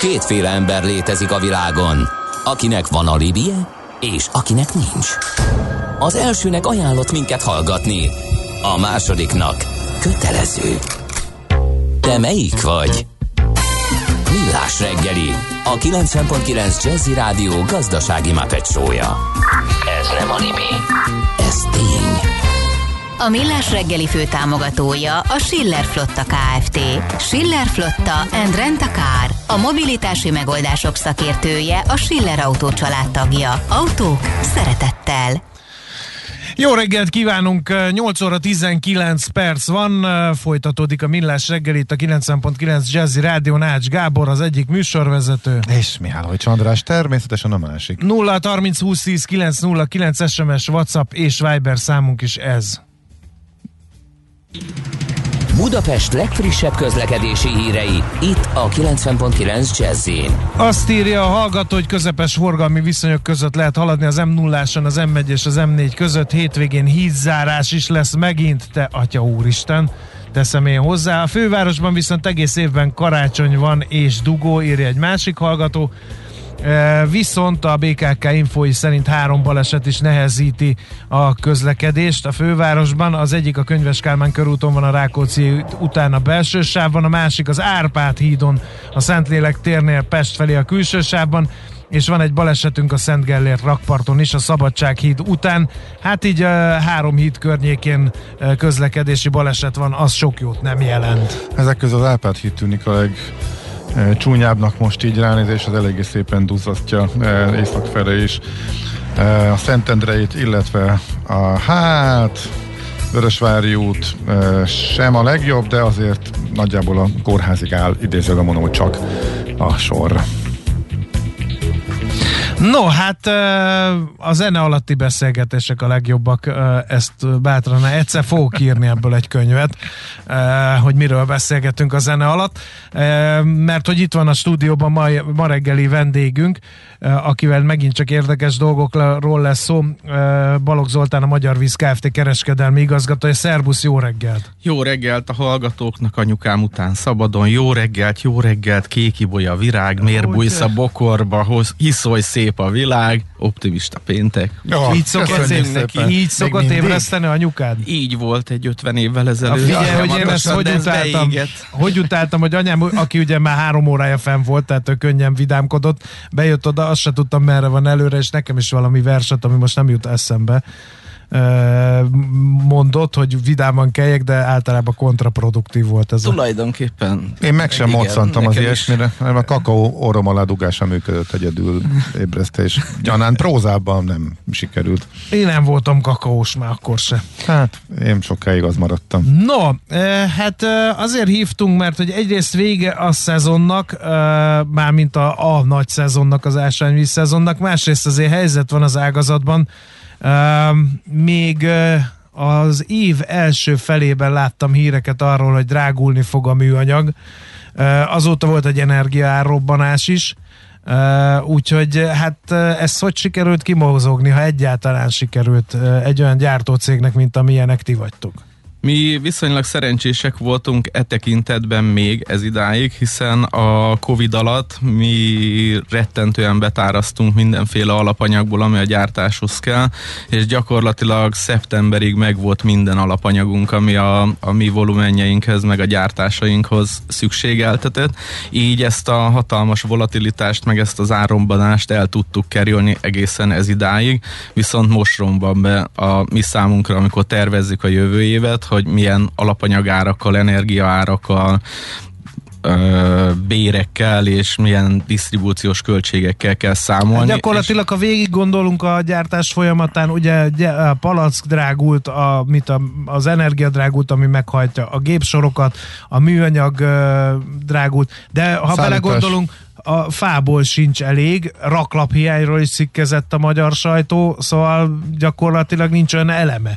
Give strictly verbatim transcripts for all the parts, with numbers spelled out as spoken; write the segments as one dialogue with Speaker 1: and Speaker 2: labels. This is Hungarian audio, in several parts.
Speaker 1: Kétféle ember létezik a világon, akinek van alibije, és akinek nincs. Az elsőnek ajánlott minket hallgatni, a másodiknak kötelező. Te melyik vagy? Millás reggeli, a kilencven pont kilenc Jazzy Rádió gazdasági Muppet show-ja. Ez nem anime, ez tény.
Speaker 2: A Millás reggeli főtámogatója a Schiller Flotta Kft. Schiller Flotta and Rent a Car. A mobilitási megoldások szakértője, a Schiller Autó családtagja. Autók szeretettel.
Speaker 3: Jó reggelt kívánunk, nyolc óra tizenkilenc perc van, folytatódik a Millás reggel itt a kilencven pont kilenc Jazzy Rádió, Ács Gábor az egyik műsorvezető.
Speaker 4: És Mihály András természetesen a másik.
Speaker 3: nulla harminc húsz tíz kilenc nulla kilenc es em es, WhatsApp és Viber számunk is ez.
Speaker 1: Budapest legfrissebb közlekedési hírei, itt a kilencven pont kilenc Jazzyn.
Speaker 3: Azt írja a hallgató, hogy közepes forgalmi viszonyok között lehet haladni az em nulláson, az em egy és az em négy között. Hétvégén hídzárás is lesz megint, te atya úristen, teszem én hozzá. A fővárosban viszont egész évben karácsony van és dugó, írja egy másik hallgató. Viszont a bé ká ká infói szerint három baleset is nehezíti a közlekedést a fővárosban. Az egyik a Könyves Kálmán körúton van, a Rákóczi után a belső sávban, a másik az Árpád hídon a Szentlélek térnél Pest felé a külső sávban, és van egy balesetünk a Szent Gellért rakparton is a Szabadság híd után. Hát így uh, három híd környékén uh, közlekedési baleset van, az sok jót nem jelent.
Speaker 4: Ezek közül az Árpád híd tűnik a leg csúnyábbnak most így ránézés, az eléggé szépen duzzasztja e, észak felé is e, a Szentendreit, illetve a hát Vörösvári út e, sem a legjobb, de azért nagyjából a kórházig áll, idézőleg mondom, hogy csak a sor.
Speaker 3: No, hát a zene alatti beszélgetések a legjobbak, ezt bátran egyszer fogok írni ebből egy könyvet, hogy miről beszélgetünk a zene alatt, mert hogy itt van a stúdióban ma, ma reggeli vendégünk, akivel megint csak érdekes dolgokról lesz szó, Balogh Zoltán, a Magyar Víz Kft. Kereskedelmi igazgatója. Szerbusz, jó reggelt!
Speaker 5: Jó reggelt a hallgatóknak, anyukám után szabadon, jó reggelt, jó reggelt, kékibolya virág, miért bújsz a bokorba, hiszolj szép a világ, optimista péntek.
Speaker 3: Ja, így szokott, így szokott ébreszteni anyukád?
Speaker 5: Így volt egy ötven évvel ezelőtt.
Speaker 3: Figyelj, hogy én ezt hogy utáltam, hogy utáltam, hogy anyám, aki ugye már három órája fenn volt, tehát ő könnyen vidámkodott, bejött oda, azt se tudtam merre van előre, és nekem is valami verset, ami most nem jut eszembe, mondott, hogy vidáman kelljek, de általában kontraproduktív volt ez.
Speaker 5: Tulajdonképpen.
Speaker 4: Én meg sem moccantam az ilyesmire, hanem a kakaó orrom alá dugása működött egyedül ébresztés. Gyanán prózában nem sikerült.
Speaker 3: Én nem voltam kakaós már akkor se.
Speaker 4: Hát, én sokáig az maradtam.
Speaker 3: No, hát azért hívtunk, mert hogy egyrészt vége a szezonnak, mármint a, a nagy szezonnak, az ásványvíz szezonnak, másrészt azért helyzet van az ágazatban. Uh, még uh, az év első felében láttam híreket arról, hogy drágulni fog a műanyag. Uh, azóta volt egy energiaárrobbanás is, uh, úgyhogy hát uh, ezt hogy sikerült kimozogni, ha egyáltalán sikerült uh, egy olyan gyártócégnek, mint amilyenek ti vagytok?
Speaker 5: Mi viszonylag szerencsések voltunk e tekintetben még ez idáig, hiszen a Covid alatt mi rettentően betáraztunk mindenféle alapanyagból, ami a gyártáshoz kell, és gyakorlatilag szeptemberig megvolt minden alapanyagunk, ami a, a mi volumenjeinkhez, meg a gyártásainkhoz szükségeltetett. Így ezt a hatalmas volatilitást, meg ezt az árrombanást el tudtuk kerülni egészen ez idáig, viszont most romban be a mi számunkra, amikor tervezzük a jövő évet, hogy milyen alapanyagárakkal, energiaárakkal, ö, bérekkel és milyen disztribúciós költségekkel kell számolni.
Speaker 3: Hát gyakorlatilag, ha végig gondolunk a gyártás folyamatán, ugye a palack drágult, a, mit a, az energia drágult, ami meghajtja a gépsorokat, a műanyag ö, drágult, de ha
Speaker 4: Szállítás.
Speaker 3: belegondolunk, a fából sincs elég, raklaphiányról is cikkezett a magyar sajtó, szóval gyakorlatilag nincs olyan eleme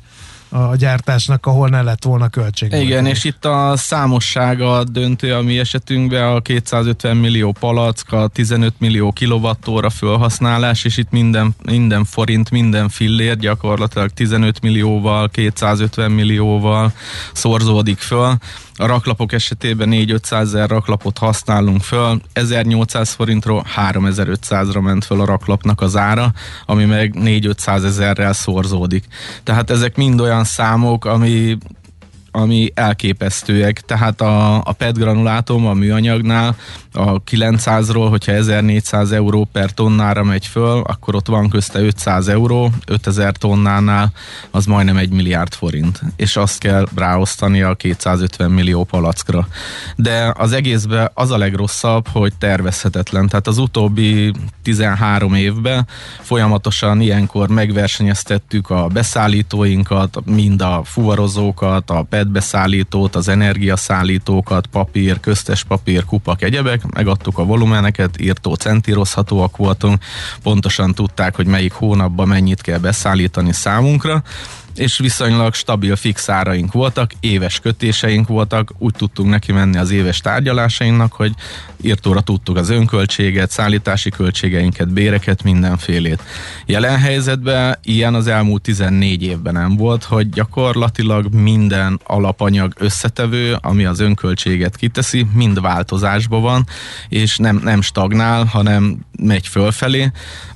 Speaker 3: a gyártásnak, ahol ne lett volna költség.
Speaker 5: Igen, és itt a számossága döntő a mi esetünkben, a kétszázötven millió palack, a tizenöt millió kilovattóra felhasználás, és itt minden, minden forint, minden fillér gyakorlatilag tizenöt millióval, kétszázötven millióval szorzódik föl. A raklapok esetében négy-ötszázezer raklapot használunk föl, ezernyolcszáz forintról háromezer-ötszázra ment föl a raklapnak az ára, ami meg négy-ötszázezerrel szorzódik. Tehát ezek mind olyan számok, ami ami elképesztőek, tehát a, a pé é té granulátum a műanyagnál a kilencszázról, hogyha ezernégyszáz euró per tonnára megy föl, akkor ott van közte ötszáz euró, ötezer tonnánál az majdnem egy milliárd forint, és azt kell ráosztani a kétszázötven millió palackra. De az egészben az a legrosszabb, hogy tervezhetetlen, tehát az utóbbi tizenhárom évben folyamatosan ilyenkor megversenyeztettük a beszállítóinkat, mind a fuvarozókat, a pé é té beszállítót, az energiaszállítókat, papír, köztes papír, kupak, egyebek, megadtuk a volumeneket, írtó centírozhatóak voltunk, pontosan tudták, hogy melyik hónapban mennyit kell beszállítani számunkra, és viszonylag stabil fix áraink voltak, éves kötéseink voltak, úgy tudtunk neki menni az éves tárgyalásainknak, hogy írtóra tudtuk az önköltséget, szállítási költségeinket, béreket, mindenfélét. Jelen helyzetben ilyen az elmúlt tizennégy évben nem volt, hogy gyakorlatilag minden alapanyag összetevő, ami az önköltséget kiteszi, mind változásban van, és nem, nem stagnál, hanem megy fölfelé.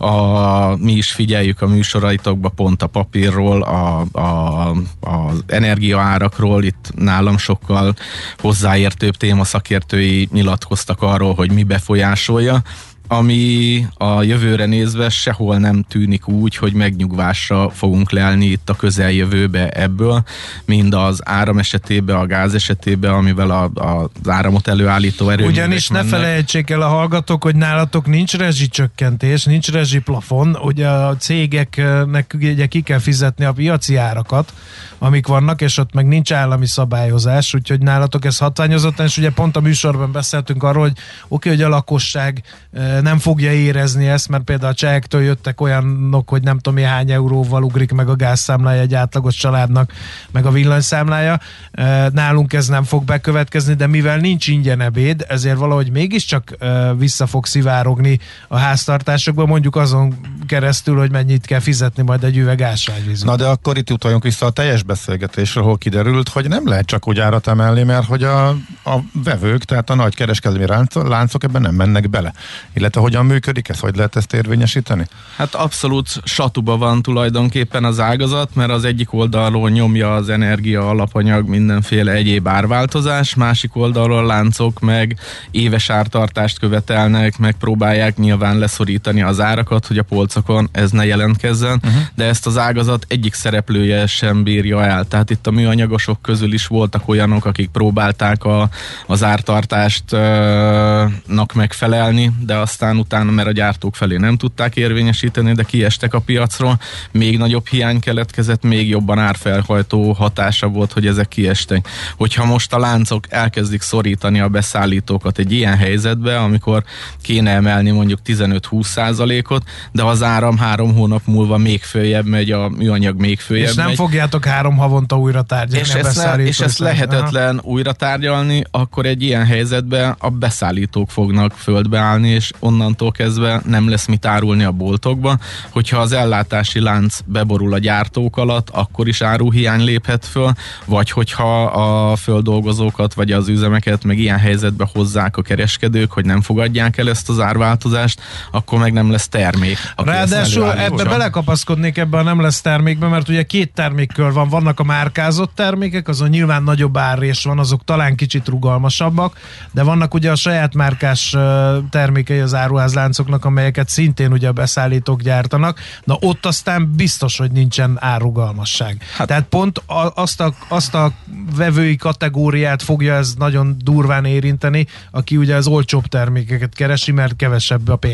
Speaker 5: A, mi is figyeljük a műsoraitokba pont a papírról, a A, az energiaárakról, itt nálam sokkal hozzáértőbb témaszakértői nyilatkoztak arról, hogy mi befolyásolja, ami a jövőre nézve sehol nem tűnik úgy, hogy megnyugvásra fogunk lelni itt a közeljövőbe ebből, mind az áram esetében, a gáz esetében, amivel a, a, az áramot előállító erőművek
Speaker 3: Ugyanis
Speaker 5: mennek.
Speaker 3: ne felejtsék el a hallgatók, hogy nálatok nincs rezsicsökkentés, nincs rezsiplafon, ugye a cégeknek ugye ki kell fizetni a piaci árakat, amik vannak, és ott meg nincs állami szabályozás, úgyhogy nálatok ez hatványozottan, és ugye pont a műsorban beszéltünk arról, hogy oké, hogy a lakosság nem fogja érezni ezt, mert például a csehektől jöttek olyanok, hogy nem tudom, hány euróval ugrik meg a gázszámlája egy átlagos családnak, meg a villanyszámlája. Nálunk ez nem fog bekövetkezni, de mivel nincs ingyen ebéd, ezért valahogy mégiscsak vissza fog szivárogni a háztartásokba, mondjuk azon keresztül, hogy mennyit kell fizetni majd egy üveg ásványvízre.
Speaker 4: Na de akkor itt utaljunk vissza a teljes beszélgetésre, ahol kiderült, hogy nem lehet csak úgy árat emelni, mert hogy a, a vevők, tehát a nagy kereskedelmi láncok ebben nem mennek bele. Illetve hogyan működik ez? Hogy lehet ezt érvényesíteni?
Speaker 5: Hát abszolút satuba van tulajdonképpen az ágazat, mert az egyik oldalról nyomja az energia, alapanyag, mindenféle egyéb árváltozás, másik oldalról a láncok meg éves ártartást követelnek, megpróbálják nyilván leszorítani az árakat, hogy a polcokon ez ne jelentkezzen, uh-huh. de ezt az ágazat egyik szereplője sem bírja el. Tehát itt a műanyagosok közül is voltak olyanok, akik próbálták a, az ártartástnak megfelelni, de aztán utána, mert a gyártók felé nem tudták érvényesíteni, de kiestek a piacról, még nagyobb hiány keletkezett, még jobban árfelhajtó hatása volt, hogy ezek kiestek. Hogyha most a láncok elkezdik szorítani a beszállítókat egy ilyen helyzetbe, amikor kéne emelni mondjuk tizenöt-húsz százalékot, de az áram három hónap múlva még följebb megy, a műanyag még följebb
Speaker 3: És nem
Speaker 5: megy.
Speaker 3: fogjátok három havonta újra tárgyalni
Speaker 5: És
Speaker 3: a
Speaker 5: ezt, ne, és ezt lehetetlen
Speaker 3: Aha.
Speaker 5: újra tárgyalni, akkor egy ilyen helyzetben a beszállítók fognak földbe állni, és onnantól kezdve nem lesz mit árulni a boltokba. Hogyha az ellátási lánc beborul a gyártók alatt, akkor is áruhiány léphet föl, vagy hogyha a földolgozókat, vagy az üzemeket meg ilyen helyzetbe hozzák a kereskedők, hogy nem fogadják el ezt az árváltozást, akkor meg nem lesz termék.
Speaker 3: Ráadásul ebbe belekapaszkodnék ebbe a nem lesz termékbe, mert ugye két termékkör van, vannak a márkázott termékek, azon nyilván nagyobb árrés van, azok talán kicsit rugalmasabbak, de vannak ugye a saját márkás termékei az áruházláncoknak, amelyeket szintén ugye a beszállítók gyártanak, na ott aztán biztos, hogy nincsen árrugalmasság. Hát, Tehát pont a, azt, a, azt a vevői kategóriát fogja ez nagyon durván érinteni, aki ugye az olcsóbb termékeket keresi, mert kevesebb a pénze.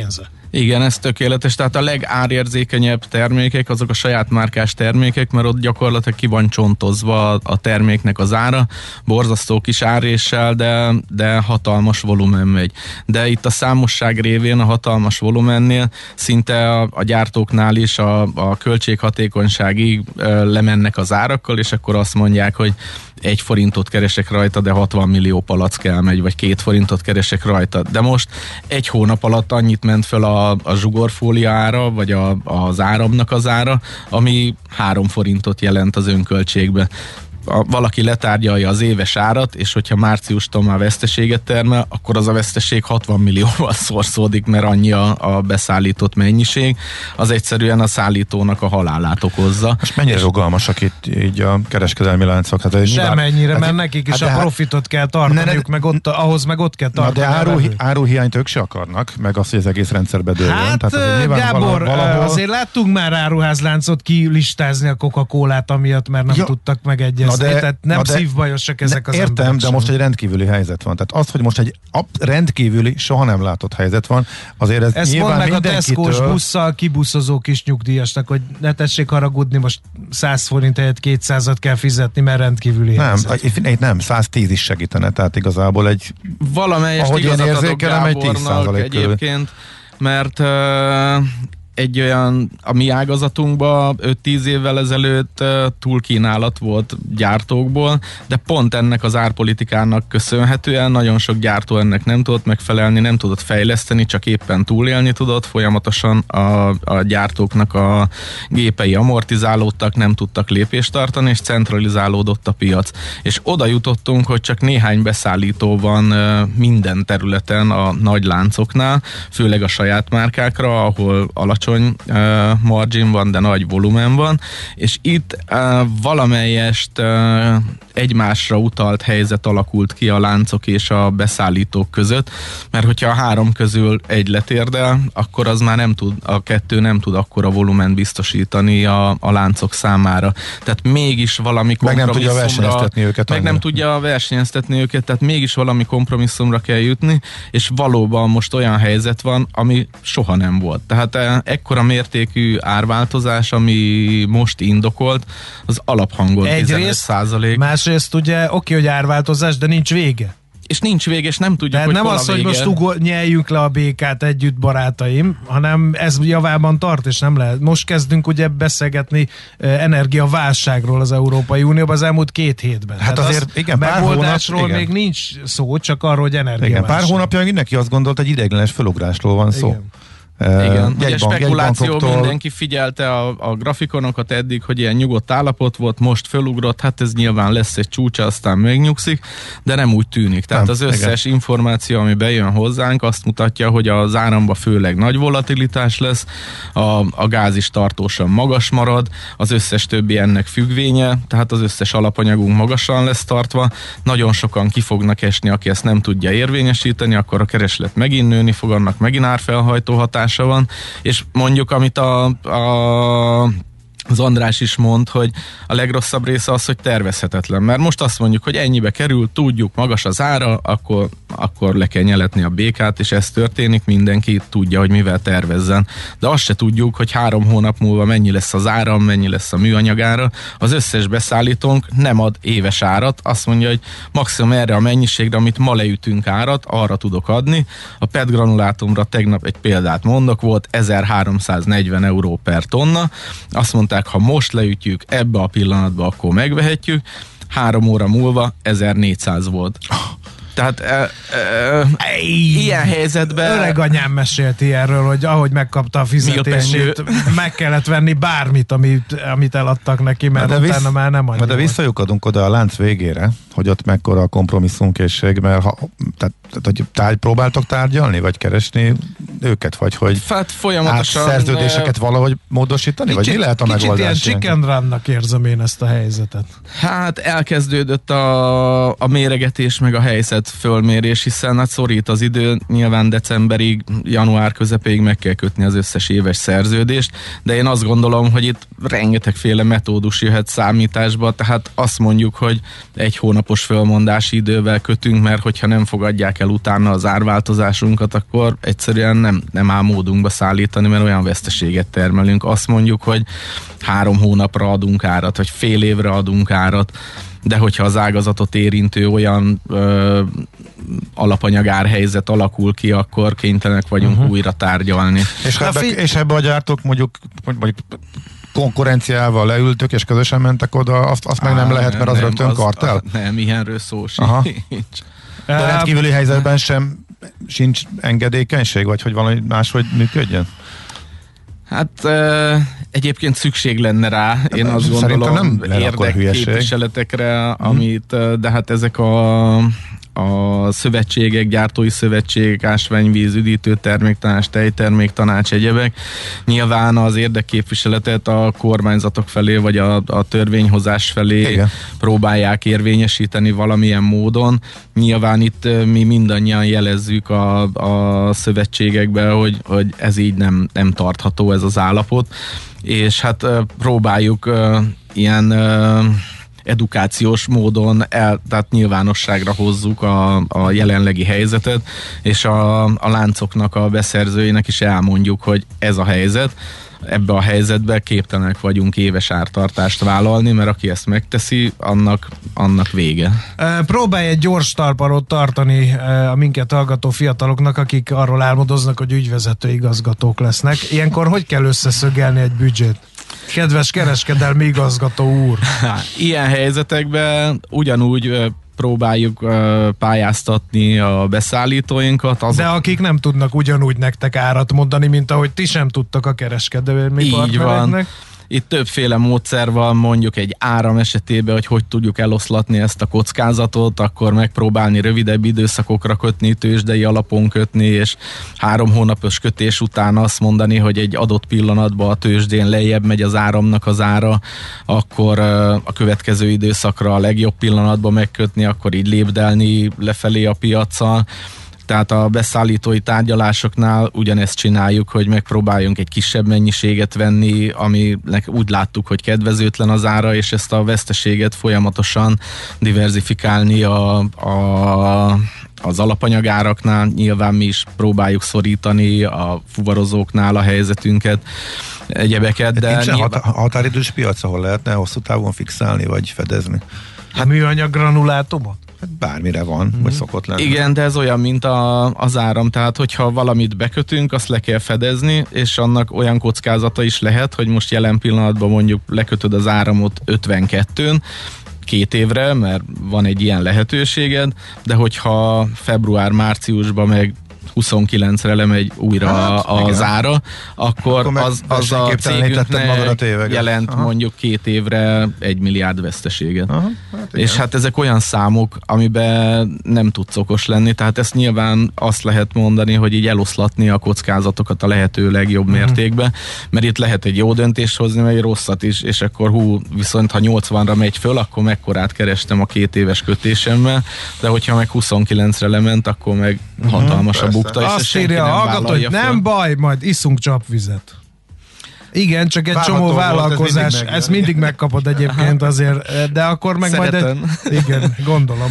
Speaker 5: Igen, ez tökéletes, tehát a legárérzékenyebb termékek, azok a saját márkás termékek, mert ott gyakorlatilag ki van csontozva a terméknek az ára, borzasztó kis áréssel, de, de hatalmas volumen megy. De itt a számosság révén, a hatalmas volumennél szinte a, a gyártóknál is a, a költséghatékonyságig e, lemennek az árakkal, és akkor azt mondják, hogy egy forintot keresek rajta, de hatvan millió palack elmegy, vagy két forintot keresek rajta. De most egy hónap alatt annyit ment fel a, a zsugorfólia ára, vagy a, az áramnak az ára, ami három forintot jelent az önköltségbe. A, valaki letárgyalja az éves árat, és hogyha márciustól már veszteséget termel, akkor az a veszteség hatvan millióval szorszódik, mert annyi a, a beszállított mennyiség, az egyszerűen a szállítónak a halálát okozza.
Speaker 4: Most mennyire és rugalmasak itt így a kereskedelmi láncok? Hát
Speaker 3: semennyire, hát, mert nekik is hát a profitot kell tartaniuk, ne, meg ott, ahhoz meg ott kell tartani.
Speaker 4: De áru, áruhiányt ők se akarnak, meg azt, hogy az egész rendszerbe dőljön.
Speaker 3: Hát Tehát Gábor, valahol... azért láttunk már áruházláncot kilistázni a Coca-Colát, amiatt, mert nem ja, tudtak megegyezni. De, tehát nem de, szívbajosak ezek ne, az
Speaker 4: értem,
Speaker 3: emberek.
Speaker 4: De sem. Most egy rendkívüli helyzet van. Tehát az, hogy most egy rendkívüli, soha nem látott helyzet van, azért ez
Speaker 3: ezt
Speaker 4: nyilván
Speaker 3: meg
Speaker 4: mindenkitől...
Speaker 3: a Tesco-s busszal kibuszozó kis nyugdíjasnak, hogy ne tessék haragudni, most száz forint helyett kétszázat kell fizetni, mert rendkívüli
Speaker 4: nem,
Speaker 3: helyzet.
Speaker 4: Itt nem, száztíz is segítene, tehát igazából egy...
Speaker 5: Valamelyest igazat adok Gábornak egyébként, mert... Uh, egy olyan, a mi ágazatunkban öt-tíz évvel ezelőtt túlkínálat volt gyártókból, de pont ennek az árpolitikának köszönhetően nagyon sok gyártó ennek nem tudott megfelelni, nem tudott fejleszteni, csak éppen túlélni tudott, folyamatosan a, a gyártóknak a gépei amortizálódtak, nem tudtak lépést tartani, és centralizálódott a piac. És oda jutottunk, hogy csak néhány beszállító van minden területen a nagy láncoknál, főleg a saját márkákra, ahol alacsony Uh, margin van, de nagy volumen van, és itt uh, valamelyest uh, egymásra utalt helyzet alakult ki a láncok és a beszállítók között, mert hogyha a három közül egy letérdel, akkor az már nem tud, a kettő nem tud akkora volument biztosítani a, a láncok számára. Tehát mégis valami kompromisszumra...
Speaker 4: Meg nem tudja versenyeztetni őket.
Speaker 5: Meg nem tudja versenyeztetni őket, tehát mégis valami kompromisszumra kell jutni, és valóban most olyan helyzet van, ami soha nem volt. Tehát ekkora mértékű árváltozás, ami most indokolt, az alaphangon tizenöt százalék.
Speaker 3: Másrészt ugye oké, hogy árváltozás, de nincs vége.
Speaker 5: És nincs vége, és nem tudjuk,
Speaker 3: tehát
Speaker 5: hogy
Speaker 3: nem
Speaker 5: hol
Speaker 3: az,
Speaker 5: a vége.
Speaker 3: hogy most ugor, nyeljünk le a békát együtt, barátaim, hanem ez javában tart, és nem lehet. Most kezdünk ugye beszélgetni eh, energiaválságról az Európai Unióban az elmúlt két hétben.
Speaker 4: Hát
Speaker 3: tehát
Speaker 4: azért,
Speaker 3: az
Speaker 4: igen, pár
Speaker 3: megoldásról
Speaker 4: hónap,
Speaker 3: még
Speaker 4: igen.
Speaker 3: nincs szó, csak arról, hogy energiaválság.
Speaker 4: Igen, pár hónapja mindenki azt gondolt, hogy ideiglenes fölugrásról van szó.
Speaker 5: Igen. Igen,
Speaker 4: uh,
Speaker 5: ugye spekuláció, mindenki figyelte a, a grafikonokat eddig, hogy ilyen nyugodt állapot volt, most fölugrott, hát ez nyilván lesz egy csúcsa, aztán megnyugszik, de nem úgy tűnik. Tehát nem, az összes igen. információ, ami bejön hozzánk, azt mutatja, hogy az áramba főleg nagy volatilitás lesz, a, a gáz is tartósan magas marad, az összes többi ennek függvénye, tehát az összes alapanyagunk magasan lesz tartva, nagyon sokan ki fognak esni, aki ezt nem tudja érvényesíteni, akkor a kereslet megint nőni fog, annak megint árfelhajtó hatás van, és mondjuk, amit a, a az András is mond, hogy a legrosszabb része az, hogy tervezhetetlen, mert most azt mondjuk, hogy ennyibe kerül, tudjuk, magas az ára, akkor, akkor le kell nyeletni a békát, és ez történik, mindenki tudja, hogy mivel tervezzen. De azt se tudjuk, hogy három hónap múlva mennyi lesz az áram, mennyi lesz a műanyagára. Az összes beszállítónk nem ad éves árat, azt mondja, hogy maximum erre a mennyiségre, amit ma leütünk árat, arra tudok adni. A pé e té granulátumra tegnap egy példát mondok, volt ezerháromszáznegyven euró per tonna, azt mondták, ha most leütjük ebbe a pillanatba, akkor megvehetjük, három óra múlva ezernégyszáz volt. Tehát e, e, ilyen helyzetben...
Speaker 3: Öreg anyám mesélt ilyenről, hogy ahogy megkapta a fizetését, meg kellett venni bármit, amit, amit eladtak neki, mert utána visz, már nem annyi.
Speaker 4: De visszajukadunk oda a lánc végére, hogy ott mekkora a kompromisszumkészség, mert ha, tehát, tehát, hogy tárgy, próbáltok tárgyalni, vagy keresni őket, vagy hogy
Speaker 5: hát folyamatosan
Speaker 4: szerződéseket valahogy módosítani, kicsit, vagy mi lehet a
Speaker 3: kicsit
Speaker 4: megoldás?
Speaker 3: Kicsit ilyen chicken run-nak érzem én ezt a helyzetet.
Speaker 5: Hát elkezdődött a, a méregetés, meg a helyzet fölmérés, hiszen hát szorít az idő, nyilván decemberig, január közepéig meg kell kötni az összes éves szerződést, de én azt gondolom, hogy itt rengetegféle metódus jöhet számításba, tehát azt mondjuk, hogy egy hónapos fölmondási idővel kötünk, mert hogyha nem fogadják el utána az árváltozásunkat, akkor egyszerűen nem, nem áll módunkba szállítani, mert olyan veszteséget termelünk. Azt mondjuk, hogy három hónapra adunk árat, vagy fél évre adunk árat, de hogyha az ágazatot érintő olyan ö, alapanyagárhelyzet alakul ki, akkor kénytelenek vagyunk uh-huh. újra tárgyalni.
Speaker 4: És ebbe, fi- és ebbe a gyártók mondjuk, mondjuk konkurenciával leültök, és közösen mentek oda, azt, azt meg nem lehet, mert az nem, rögtön az, kartel?
Speaker 5: A, nem, ilyenről szó sincs.
Speaker 4: De rendkívüli helyzetben sem sincs engedékenység, vagy hogy valami máshogy működjön?
Speaker 5: Hát e, egyébként szükség lenne rá, én
Speaker 4: de
Speaker 5: azt gondolom,
Speaker 4: nem
Speaker 5: érdekképviseletekre, amit, de hát ezek a a szövetségek, gyártói szövetségek, ásványvíz, üdítő terméktanács, tejterméktanács, egyebek. Nyilván az érdekképviseletet a kormányzatok felé, vagy a, a törvényhozás felé igen. próbálják érvényesíteni valamilyen módon. Nyilván itt mi mindannyian jelezzük a, a szövetségekbe, hogy, hogy ez így nem, nem tartható ez az állapot, és hát próbáljuk ilyen edukációs módon el, tehát nyilvánosságra hozzuk a, a jelenlegi helyzetet, és a, a láncoknak, a beszerzőinek is elmondjuk, hogy ez a helyzet, ebbe a helyzetbe képtelenek vagyunk éves ártartást vállalni, mert aki ezt megteszi, annak, annak vége.
Speaker 3: Próbálj egy gyors talparót tartani a minket hallgató fiataloknak, akik arról álmodoznak, hogy ügyvezető igazgatók lesznek. Ilyenkor hogy kell összeszögelni egy büdzsét? Kedves kereskedelmi igazgató úr!
Speaker 5: Ilyen helyzetekben ugyanúgy próbáljuk pályáztatni a beszállítóinkat. Azok...
Speaker 3: De akik nem tudnak ugyanúgy nektek árat mondani, mint ahogy ti sem tudtak a kereskedelmi partnereknek.
Speaker 5: Itt többféle módszer van, mondjuk egy áram esetében, hogy hogy tudjuk eloszlatni ezt a kockázatot, akkor megpróbálni rövidebb időszakokra kötni, tőzsdei alapon kötni, és három hónapos kötés után azt mondani, hogy egy adott pillanatban a tőzsdén lejjebb megy az áramnak az ára, akkor a következő időszakra a legjobb pillanatban megkötni, akkor így lépdelni lefelé a piaccal. Tehát a beszállítói tárgyalásoknál ugyanezt csináljuk, hogy megpróbáljunk egy kisebb mennyiséget venni, aminek úgy láttuk, hogy kedvezőtlen az ára, és ezt a veszteséget folyamatosan diverzifikálni a, a, az alapanyagáraknál. Nyilván mi is próbáljuk szorítani a fuvarozóknál a helyzetünket, egyebeket. De
Speaker 4: nincsen
Speaker 5: nyilván...
Speaker 4: határidős piac, ahol lehetne hosszú távon fixálni, vagy fedezni?
Speaker 3: Hát műanyag granulátumot?
Speaker 4: Hát bármire van, mm. vagy szokott lenni.
Speaker 5: Igen, de ez olyan, mint a, az áram, tehát hogyha valamit bekötünk, azt le kell fedezni, és annak olyan kockázata is lehet, hogy most jelen pillanatban mondjuk lekötöd az áramot ötvenkettőn, két évre, mert van egy ilyen lehetőséged, de hogyha február-márciusban meg huszonkilencre lemegy újra hát, az igen. ára, akkor, akkor az, az a cégünknek jelent aha. mondjuk két évre egy milliárd veszteséget. Aha, hát és hát ezek olyan számok, amiben nem tudsz okos lenni, tehát ezt nyilván azt lehet mondani, hogy így eloszlatni a kockázatokat a lehető legjobb uh-huh. mértékben, mert itt lehet egy jó döntést hozni, meg egy rosszat is, és akkor hú, viszont ha nyolcvanra megy föl, akkor mekkorát kerestem a két éves kötésemmel, de hogyha meg huszonkilencre lement, akkor meg uh-huh. hatalmas a bukta.
Speaker 3: Azt írja a hallgató, hogy nem föl. Baj, majd iszunk csapvizet. Igen, csak egy Várható csomó vállalkozás, volt, ez ezt mindig megkapod egyébként azért, de akkor meg Szeretem. majd egy... Igen, gondolom.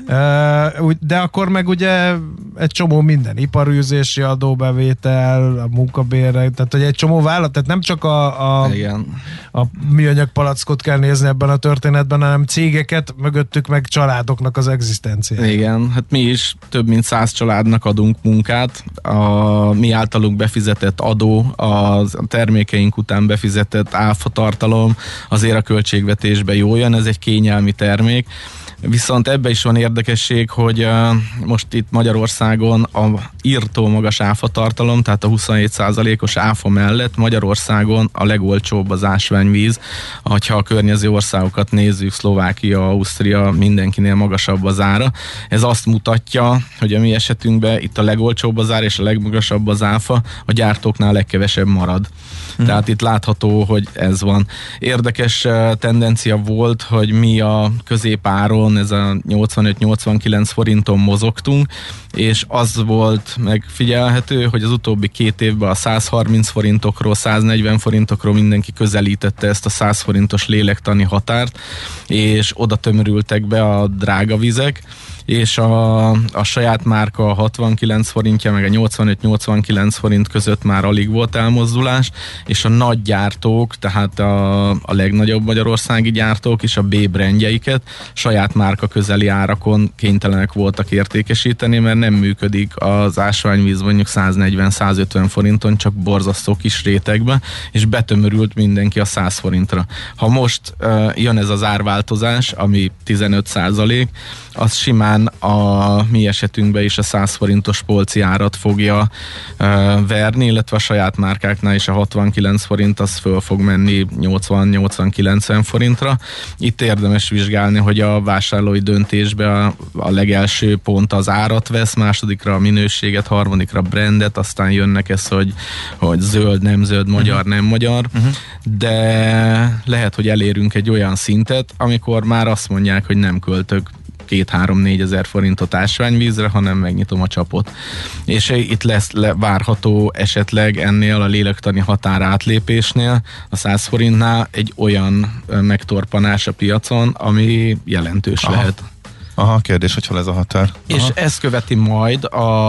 Speaker 3: De akkor meg ugye egy csomó minden, iparűzési adóbevétel, a munkabérek, tehát hogy egy csomó vállalat, tehát nem csak a, a, a műanyag palackot kell nézni ebben a történetben, hanem cégeket, mögöttük meg családoknak az egzisztenciáját.
Speaker 5: Igen, hát mi is több mint száz családnak adunk munkát, a mi általunk befizetett adó, a termékeink után befizetett áfa tartalom azért a költségvetésbe jól jön, ez egy kényelmi termék. Viszont ebbe is van érdekesség, hogy uh, most itt Magyarországon a írtó magas áfa tartalom, tehát a huszonhét százalékos áfa mellett Magyarországon a legolcsóbb az ásványvíz. Ha a környező országokat nézzük, Szlovákia, Ausztria, mindenkinél magasabb az ára. Ez azt mutatja, hogy a mi esetünkben itt a legolcsóbb az ár és a legmagasabb az áfa, a gyártóknál legkevesebb marad. Hmm. Tehát itt látható, hogy ez van. Érdekes uh, tendencia volt, hogy mi a középáron ez a nyolcvanöt-nyolcvankilenc forinton mozogtunk, és az volt megfigyelhető, hogy az utóbbi két évben a százharminc forintokról, száznegyven forintokról mindenki közelítette ezt a száz forintos lélektani határt, és oda tömörültek be a drága vizek, és a, a saját márka hatvankilenc forintja, meg a nyolcvanöt-nyolcvankilenc forint között már alig volt elmozdulás, és a nagy gyártók, tehát a, a legnagyobb magyarországi gyártók és a B-brandjeiket saját márka közeli árakon kénytelenek voltak értékesíteni, mert nem működik az ásványvíz mondjuk száznegyven-százötven forinton, csak borzasztó kis rétegbe, és betömörült mindenki a száz forintra. Ha most uh, jön ez az árváltozás, ami tizenöt százalék, az simán a mi esetünkben is a száz forintos polci árat fogja uh, verni, illetve a saját márkáknál is a hatvankilenc forint az föl fog menni nyolcvan-nyolcvan-kilencven forintra. Itt érdemes vizsgálni, hogy a vásárlói döntésbe a, a legelső pont az árat vesz, másodikra a minőséget, harmadikra brandet, aztán jönnek ez, hogy, hogy zöld, nem zöld, magyar, uh-huh. nem magyar, uh-huh. de lehet, hogy elérünk egy olyan szintet, amikor már azt mondják, hogy nem költök két-három-négy ezer forintot ásványvízre, hanem megnyitom a csapot. És itt lesz le, várható esetleg ennél a lélektani határ átlépésnél, a száz forintnál egy olyan megtorpanás a piacon, ami jelentős Aha. lehet.
Speaker 4: Aha, kérdés, hogy hol ez a határ. Aha.
Speaker 5: És ezt követi majd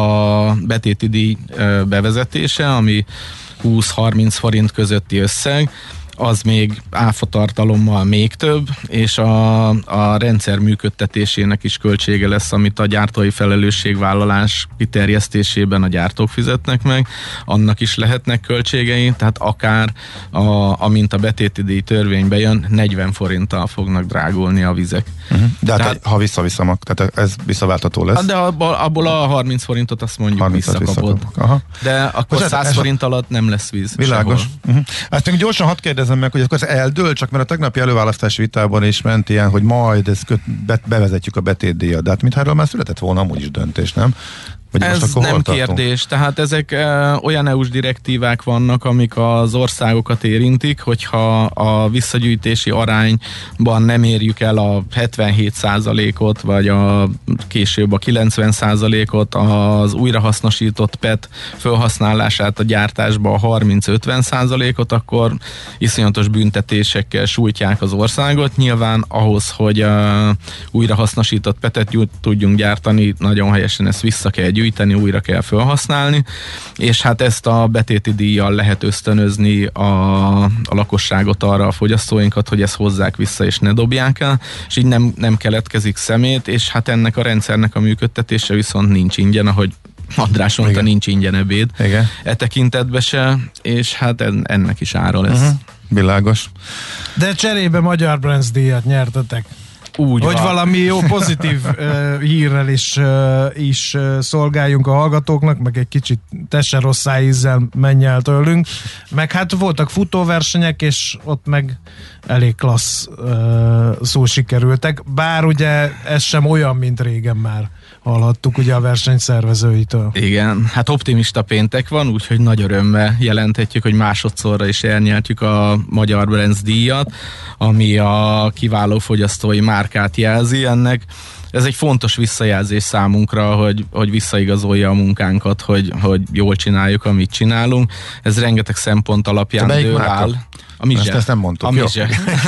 Speaker 5: a betéti díj bevezetése, ami húsz-harminc forint közötti összeg, az még áfa tartalommal még több, és a, a rendszer működtetésének is költsége lesz, amit a gyártói felelősségvállalás kiterjesztésében a gyártók fizetnek meg, annak is lehetnek költségei, tehát akár a, amint a betéti díj törvénybe jön, negyven forinttal fognak drágulni a vizek.
Speaker 4: Uh-huh. De hát, tehát, ha visszaviszem, tehát ez visszaváltató lesz?
Speaker 5: De abból, abból a harminc forintot azt mondjuk visszakapod. De akkor most száz forint alatt nem lesz víz.
Speaker 4: Világos. Uh-huh. Ezt még gyorsan hadd kérdezem meg, hogy akkor ez eldől, csak mert a tegnapi előválasztási vitában is ment ilyen, hogy majd ezt köt, be, bevezetjük a betétdíjat. De hát mintha erről már született volna amúgy is döntés, nem? Vagy
Speaker 5: ez nem kérdés, tehát ezek e, olyan é u-s direktívák vannak, amik az országokat érintik, hogyha a visszagyűjtési arányban nem érjük el a hetvenhét százalékot, vagy a később a kilencven százalékot, az újrahasznosított pé e té felhasználását a gyártásba a harminc-ötven százalékot, akkor iszonyatos büntetésekkel sújtják az országot. Nyilván ahhoz, hogy uh, újrahasznosított pé é té-t tudjunk gyártani, nagyon helyesen ezt vissza kell gyűjteni, újra kell felhasználni, és hát ezt a betéti díjjal lehet ösztönözni a, a lakosságot arra, a fogyasztóinkat, hogy ezt hozzák vissza és ne dobják el, és így nem, nem keletkezik szemét, és hát ennek a rendszernek a működtetése viszont nincs ingyen, ahogy András mondta, nincs ingyen ebéd. Igen. E tekintetben se, és hát ennek is ára lesz. Uh-huh.
Speaker 4: Világos.
Speaker 3: De cserébe Magyar Brands díjat nyertetek.
Speaker 5: Úgy
Speaker 3: hogy
Speaker 5: van.
Speaker 3: Valami jó pozitív uh, hírrel is, uh, is uh, szolgáljunk a hallgatóknak, meg egy kicsit te se rossz ízzel menj el tőlünk. Meg hát voltak futóversenyek, és ott meg elég klassz uh, szó sikerültek. Bár ugye ez sem olyan, mint régen már hallhattuk ugye a versenyszervezőitől.
Speaker 5: Igen, hát optimista péntek van, úgyhogy nagy örömmel jelenthetjük, hogy másodszorra is elnyertjük a Magyar Brands díjat, ami a kiváló fogyasztói márkát jelzi. Ennek ez egy fontos visszajelzés számunkra, hogy, hogy visszaigazolja a munkánkat, hogy, hogy jól csináljuk, amit csinálunk. Ez rengeteg szempont alapján dől áll. A Mizse.
Speaker 4: Ezt, ezt nem mondtuk.
Speaker 5: A Mizse.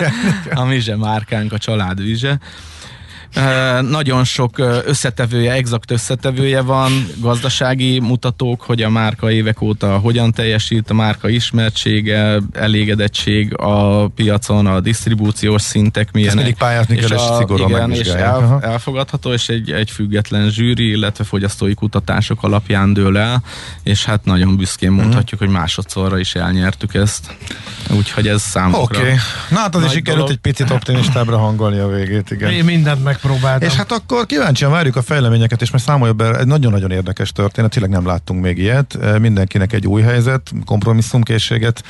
Speaker 5: A Mizse márkánk, a család Mizse. Uh, nagyon sok összetevője, exakt összetevője van, gazdasági mutatók, hogy a márka évek óta hogyan teljesít, a márka ismertsége, elégedettség a piacon, a disztribúciós szintek milyenek.
Speaker 4: Ezt mindig pályázni kell, és szigorúan
Speaker 5: igen, és el, elfogadható, és egy, egy független zsűri, illetve fogyasztói kutatások alapján dől el, és hát nagyon büszkén mondhatjuk, mm. hogy másodszorra is elnyertük ezt. Úgyhogy ez számunkra.
Speaker 4: Oké, okay. Na hát az is sikerült egy picit optimistábbra hangolni a végét, igen.
Speaker 3: Én mindent meg próbáltam.
Speaker 4: És hát akkor kíváncsian várjuk a fejleményeket, és most számolja be, egy nagyon-nagyon érdekes történet, tényleg nem láttunk még ilyet. Mindenkinek egy új helyzet, kompromisszumkészséget